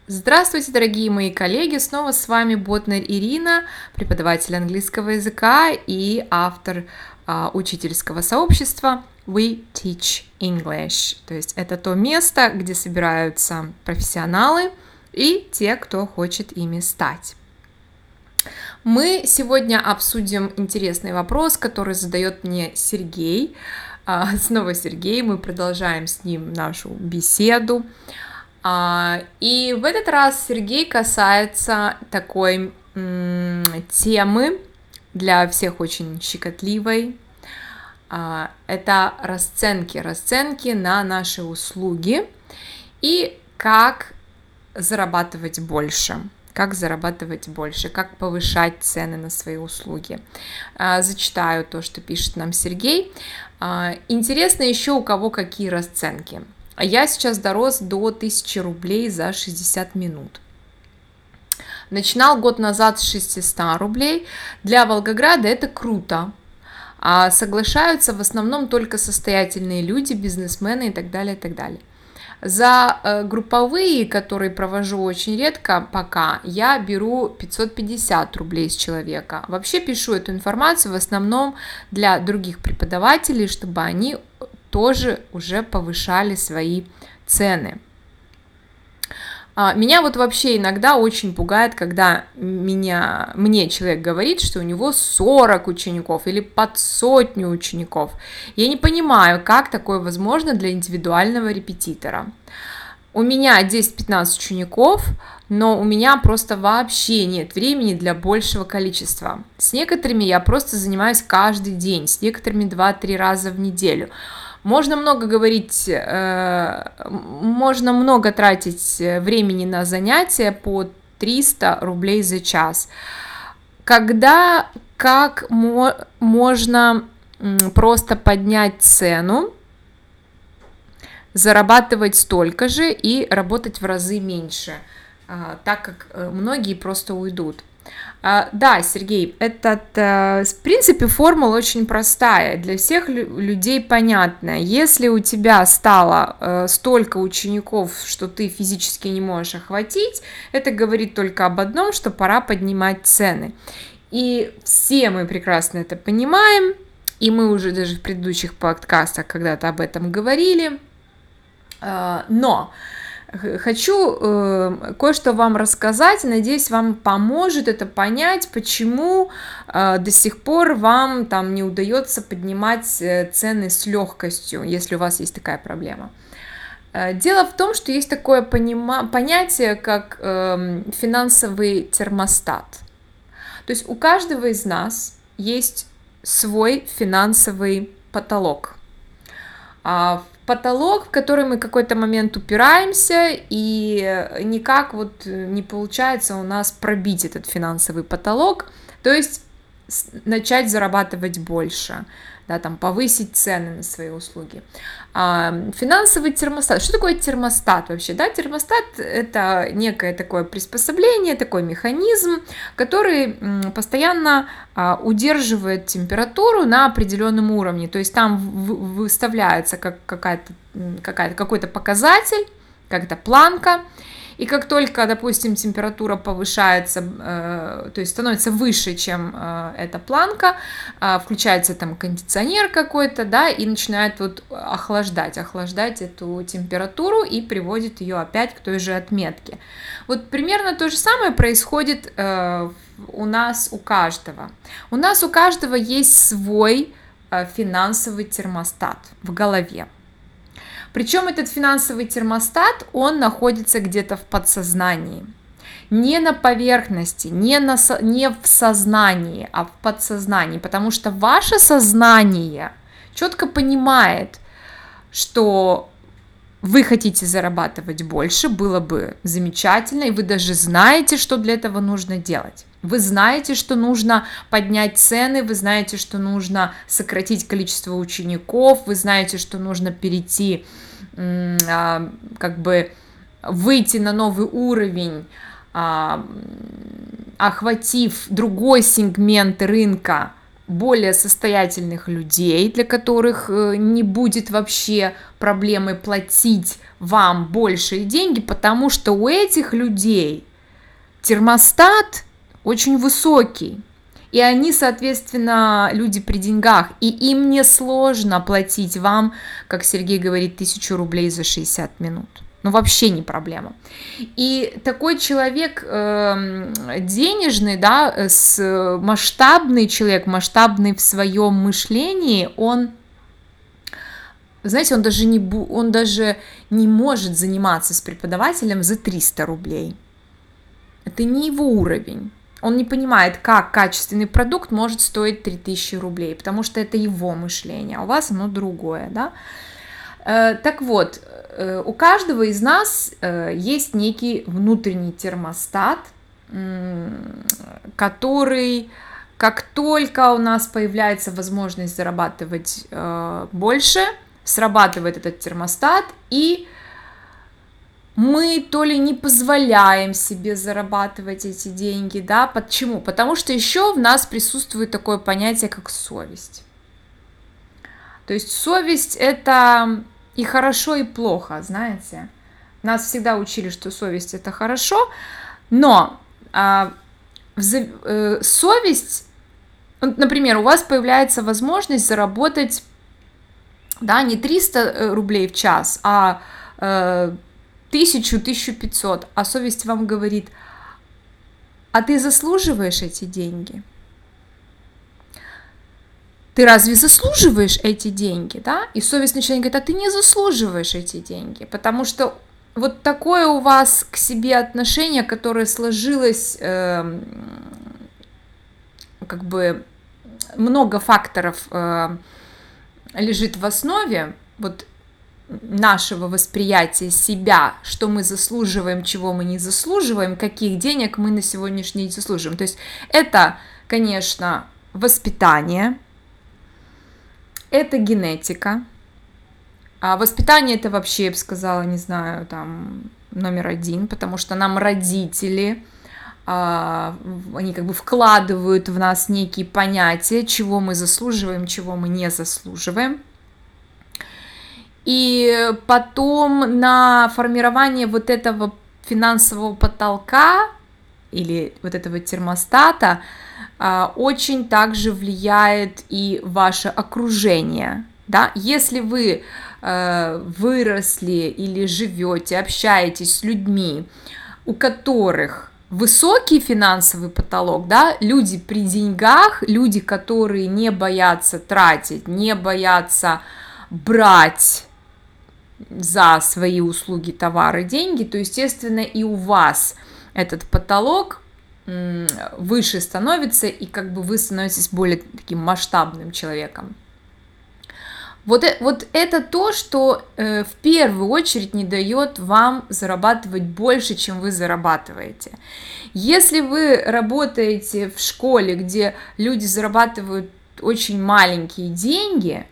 Здравствуйте, дорогие мои коллеги! Снова с вами Ботнер Ирина, преподаватель английского языка и автор учительского сообщества We Teach English. То есть это то место, где собираются профессионалы и те, кто хочет ими стать. Мы сегодня обсудим интересный вопрос, который задает мне Сергей. Снова Сергей, мы продолжаем с ним нашу беседу. И в этот раз Сергей касается такой темы, для всех очень щекотливой. Это расценки на наши услуги и как зарабатывать больше, как повышать цены на свои услуги. Зачитаю то, что пишет нам Сергей. Интересно еще, у кого какие расценки. Я сейчас дорос до 1000 рублей за 60 минут. Начинал год назад с 600 рублей. Для Волгограда это круто. Соглашаются в основном только состоятельные люди, бизнесмены и так далее, и так далее. За групповые, которые провожу очень редко пока, я беру 550 рублей с человека. Вообще пишу эту информацию в основном для других преподавателей, чтобы они тоже уже повышали свои цены. Меня вот вообще иногда очень пугает, когда мне человек говорит, что у него 40 учеников или под 100 учеников. Я не понимаю, как такое возможно для индивидуального репетитора. У меня 10-15 учеников, но у меня просто вообще нет времени для большего количества. С некоторыми я просто занимаюсь каждый день, с некоторыми 2-3 раза в неделю. Можно много говорить, можно много тратить времени на занятия по 300 рублей за час. Как можно просто поднять цену, зарабатывать столько же и работать в разы меньше, так как многие просто уйдут. Да, Сергей, в принципе, формула очень простая, для всех людей понятная. Если у тебя стало столько учеников, что ты физически не можешь охватить, это говорит только об одном, что пора поднимать цены. И все мы прекрасно это понимаем, и мы уже даже в предыдущих подкастах когда-то об этом говорили, но хочу кое-что вам рассказать, надеюсь, вам поможет это понять, почему до сих пор вам там не удается поднимать цены с легкостью, если у вас есть такая проблема. Дело в том, что есть такое понятие, как финансовый термостат. То есть у каждого из нас есть свой финансовый потолок. Потолок, в который мы в какой-то момент упираемся, и никак не получается у нас пробить этот финансовый потолок, то есть начать зарабатывать больше, да, там, повысить цены на свои услуги. Финансовый термостат. Что такое термостат вообще? Да, термостат – это некое такое приспособление, такой механизм, который постоянно удерживает температуру на определенном уровне. То есть там выставляется какой-то показатель, какая-то планка, и как только, допустим, температура повышается, то есть становится выше, чем эта планка, включается там кондиционер какой-то, да, и начинает охлаждать эту температуру и приводит ее опять к той же отметке. Вот примерно то же самое происходит у нас у каждого. У нас у каждого есть свой финансовый термостат в голове. Причем этот финансовый термостат, он находится где-то в подсознании. Не на поверхности, не в сознании, а в подсознании. Потому что ваше сознание четко понимает, что вы хотите зарабатывать больше, было бы замечательно, и вы даже знаете, что для этого нужно делать. Вы знаете, что нужно поднять цены, вы знаете, что нужно сократить количество учеников, вы знаете, что нужно перейти, выйти на новый уровень, охватив другой сегмент рынка более состоятельных людей, для которых не будет вообще проблемы платить вам большие деньги, потому что у этих людей термостат очень высокий. И они, соответственно, люди при деньгах, и им не сложно платить вам, как Сергей говорит, 1000 рублей за 60 минут. Ну, вообще не проблема. И такой человек денежный, да, масштабный человек, масштабный в своем мышлении, он, знаете, он даже не может заниматься с преподавателем за 300 рублей. Это не его уровень. Он не понимает, как качественный продукт может стоить 3000 рублей, потому что это его мышление, а у вас оно другое, да? Так вот, у каждого из нас есть некий внутренний термостат, который, как только у нас появляется возможность зарабатывать больше, срабатывает этот термостат, и мы то ли не позволяем себе зарабатывать эти деньги, да, почему? Потому что еще в нас присутствует такое понятие, как совесть. То есть совесть — это и хорошо, и плохо, знаете. Нас всегда учили, что совесть — это хорошо, но совесть, например, у вас появляется возможность заработать, да, не 300 рублей в час, а 1000-1500, а совесть вам говорит: а ты заслуживаешь эти деньги? Ты разве заслуживаешь эти деньги, да? И совесть начинает говорить: а ты не заслуживаешь эти деньги, потому что вот такое у вас к себе отношение, которое сложилось, как бы много факторов лежит в основе вот нашего восприятия себя, что мы заслуживаем, чего мы не заслуживаем, каких денег мы на сегодняшний день заслуживаем. То есть это, конечно, воспитание, это генетика. А воспитание — это вообще, я бы сказала, не знаю, там, номер один, потому что нам родители, они как бы вкладывают в нас некие понятия, чего мы заслуживаем, чего мы не заслуживаем. И потом на формирование вот этого финансового потолка или вот этого термостата очень также влияет и ваше окружение, да? Если вы выросли или живете, общаетесь с людьми, у которых высокий финансовый потолок, да, люди при деньгах, люди, которые не боятся тратить, не боятся брать за свои услуги, товары, деньги, то, естественно, и у вас этот потолок выше становится, и как бы вы становитесь более таким масштабным человеком. Вот это то, что в первую очередь не дает вам зарабатывать больше, чем вы зарабатываете. Если вы работаете в школе, где люди зарабатывают очень маленькие деньги,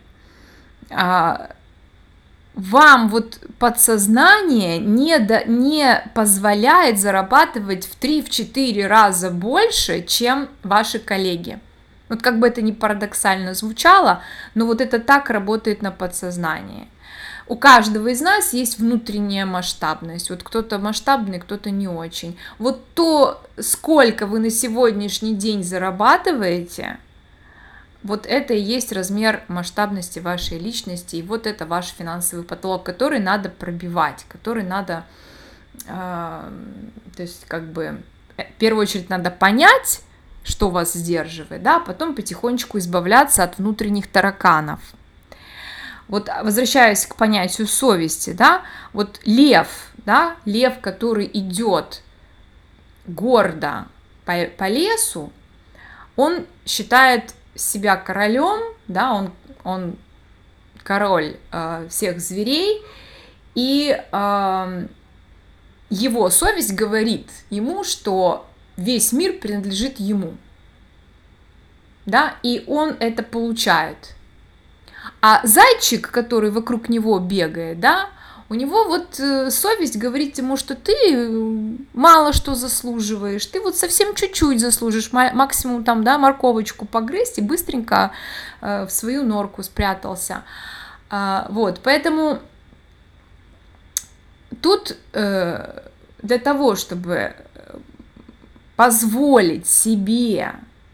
вам вот подсознание не позволяет зарабатывать в 3-4 раза больше, чем ваши коллеги. Вот как бы это ни парадоксально звучало, но вот это так работает на подсознании. У каждого из нас есть внутренняя масштабность. Вот кто-то масштабный, кто-то не очень. Вот то, сколько вы на сегодняшний день зарабатываете, вот это и есть размер масштабности вашей личности, и вот это ваш финансовый потолок, который надо пробивать, который надо, то есть как бы в первую очередь надо понять, что вас сдерживает, да, потом потихонечку избавляться от внутренних тараканов. Вот возвращаясь к понятию совести, да, вот лев, да, лев, который идет гордо по лесу, он считает себя королем, да, он король всех зверей, и его совесть говорит ему, что весь мир принадлежит ему, да, и он это получает. А зайчик, который вокруг него бегает, да, У него вот совесть говорит ему, что ты мало что заслуживаешь, ты вот совсем чуть-чуть заслужишь, максимум там, да, морковочку погрызть и быстренько в свою норку спрятался. Вот, поэтому тут для того, чтобы позволить себе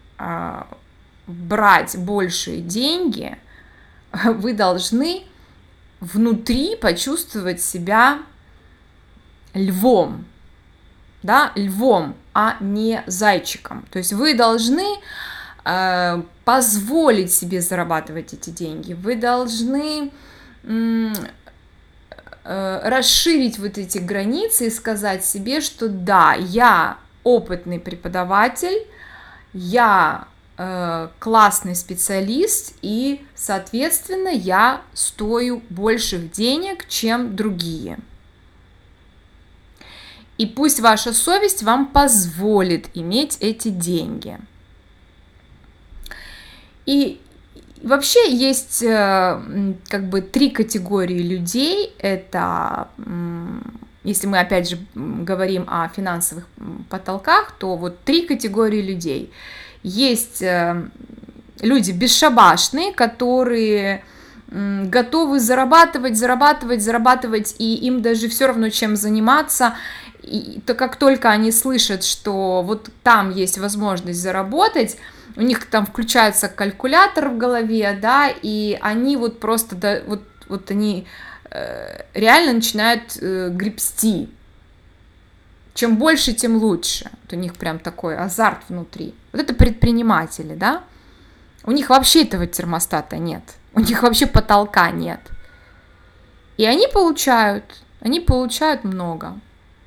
брать большие деньги, вы должны внутри почувствовать себя львом, да, львом, а не зайчиком. То есть вы должны позволить себе зарабатывать эти деньги, вы должны расширить вот эти границы и сказать себе, что да, я опытный преподаватель, я классный специалист, и, соответственно, я стою больших денег, чем другие. И пусть ваша совесть вам позволит иметь эти деньги. И вообще есть как бы 3 категории людей. Это, если мы опять же говорим о финансовых потолках, то вот 3 категории людей. Есть люди бесшабашные, которые готовы зарабатывать, и им даже все равно, чем заниматься. И то как только они слышат, что вот там есть возможность заработать, у них там включается калькулятор в голове, да, и они вот просто, да, вот они реально начинают гребсти. Чем больше, тем лучше. Вот у них прям такой азарт внутри. Вот это предприниматели, да? У них вообще этого термостата нет. У них вообще потолка нет. И они получают много.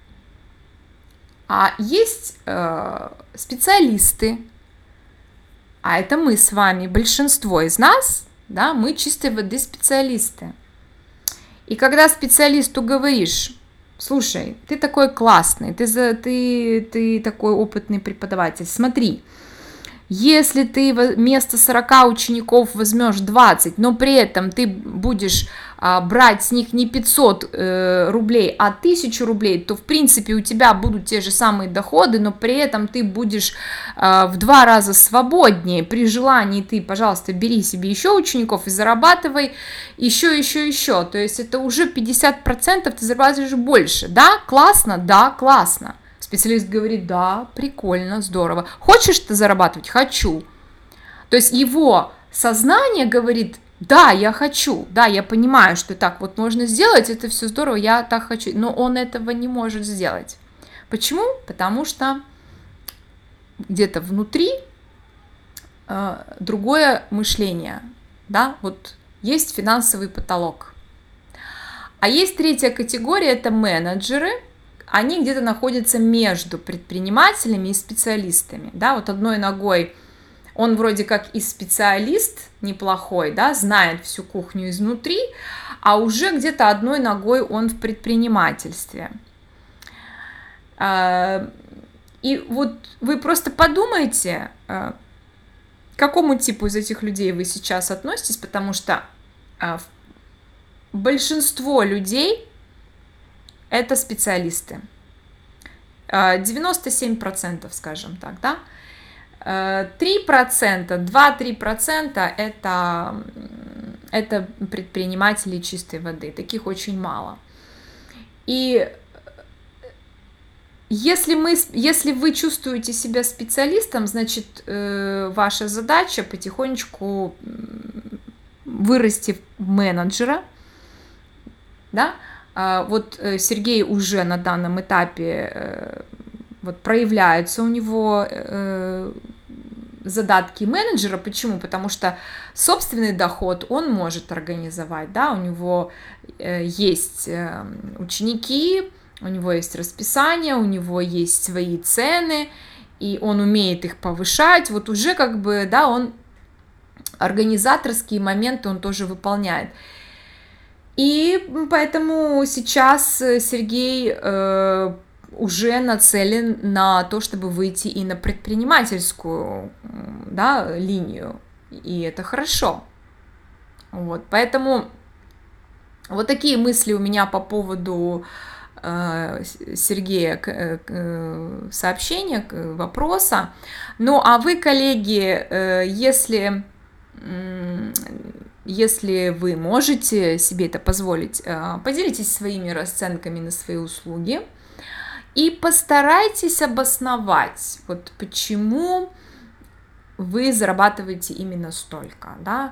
А есть специалисты, а это мы с вами, большинство из нас, да, мы чистой воды специалисты. И когда специалисту говоришь: слушай, ты такой классный, ты такой опытный преподаватель, смотри, если ты вместо 40 учеников возьмешь 20, но при этом ты будешь брать с них не 500 рублей, а 1000 рублей, то в принципе у тебя будут те же самые доходы, но при этом ты будешь в 2 раза свободнее. При желании ты, пожалуйста, бери себе еще учеников и зарабатывай еще. То есть это уже 50% ты зарабатываешь больше. Да, классно? Да, классно. Специалист говорит: да, прикольно, здорово. Хочешь ты зарабатывать? Хочу. То есть его сознание говорит: да, я хочу, да, я понимаю, что так вот можно сделать, это все здорово, я так хочу, но он этого не может сделать. Почему? Потому что где-то внутри другое мышление, да, вот есть финансовый потолок. А есть 3-я категория, это менеджеры. Они где-то находятся между предпринимателями и специалистами, да, вот одной ногой он вроде как и специалист неплохой, да, знает всю кухню изнутри, а уже где-то одной ногой он в предпринимательстве. И вот вы просто подумайте, к какому типу из этих людей вы сейчас относитесь, потому что большинство людей — это специалисты. 97%, скажем так, да? 3%, 2-3% это предприниматели чистой воды. Таких очень мало. И если вы чувствуете себя специалистом, значит, ваша задача потихонечку вырасти в менеджера, да? Вот Сергей уже на данном этапе вот проявляются у него задатки менеджера. Почему? Потому что собственный доход он может организовать, да, у него есть ученики, у него есть расписание, у него есть свои цены, и он умеет их повышать, вот уже как бы, да, он организаторские моменты он тоже выполняет. И поэтому сейчас Сергей уже нацелен на то, чтобы выйти и на предпринимательскую, да, линию, и это хорошо. Вот, поэтому Вот такие мысли у меня по поводу Сергея сообщения, вопроса. Ну, а вы, коллеги, если вы можете себе это позволить, поделитесь своими расценками на свои услуги и постарайтесь обосновать, вот почему вы зарабатываете именно столько, да,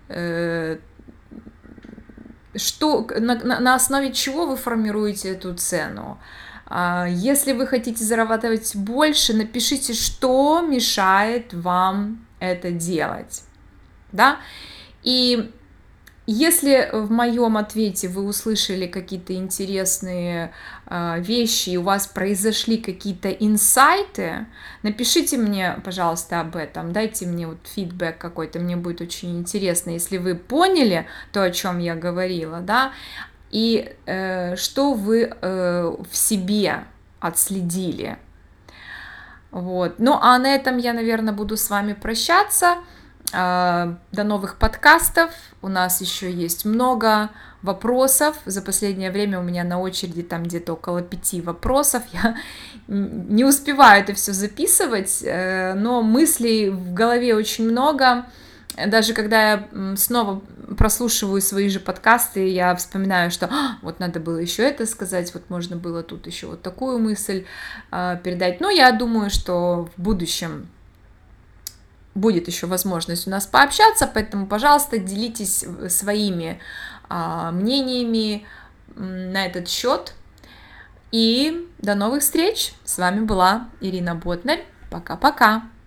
что, на основе чего вы формируете эту цену. Если вы хотите зарабатывать больше, напишите, что мешает вам это делать, да, и если в моем ответе вы услышали какие-то интересные вещи, и у вас произошли какие-то инсайты, напишите мне, пожалуйста, об этом, дайте мне вот фидбэк какой-то, мне будет очень интересно, если вы поняли то, о чем я говорила, да, и что вы в себе отследили. Вот. Ну, а на этом я, наверное, буду с вами прощаться. До новых подкастов. У нас еще есть много вопросов. За последнее время у меня на очереди там где-то около 5 вопросов. Я не успеваю это все записывать, но мыслей в голове очень много. Даже когда я снова прослушиваю свои же подкасты, я вспоминаю, что вот надо было еще это сказать, вот можно было тут еще вот такую мысль передать. Но я думаю, что в будущем будет еще возможность у нас пообщаться, поэтому, пожалуйста, делитесь своими мнениями на этот счет. И до новых встреч. С вами была Ирина Ботнарь. Пока-пока.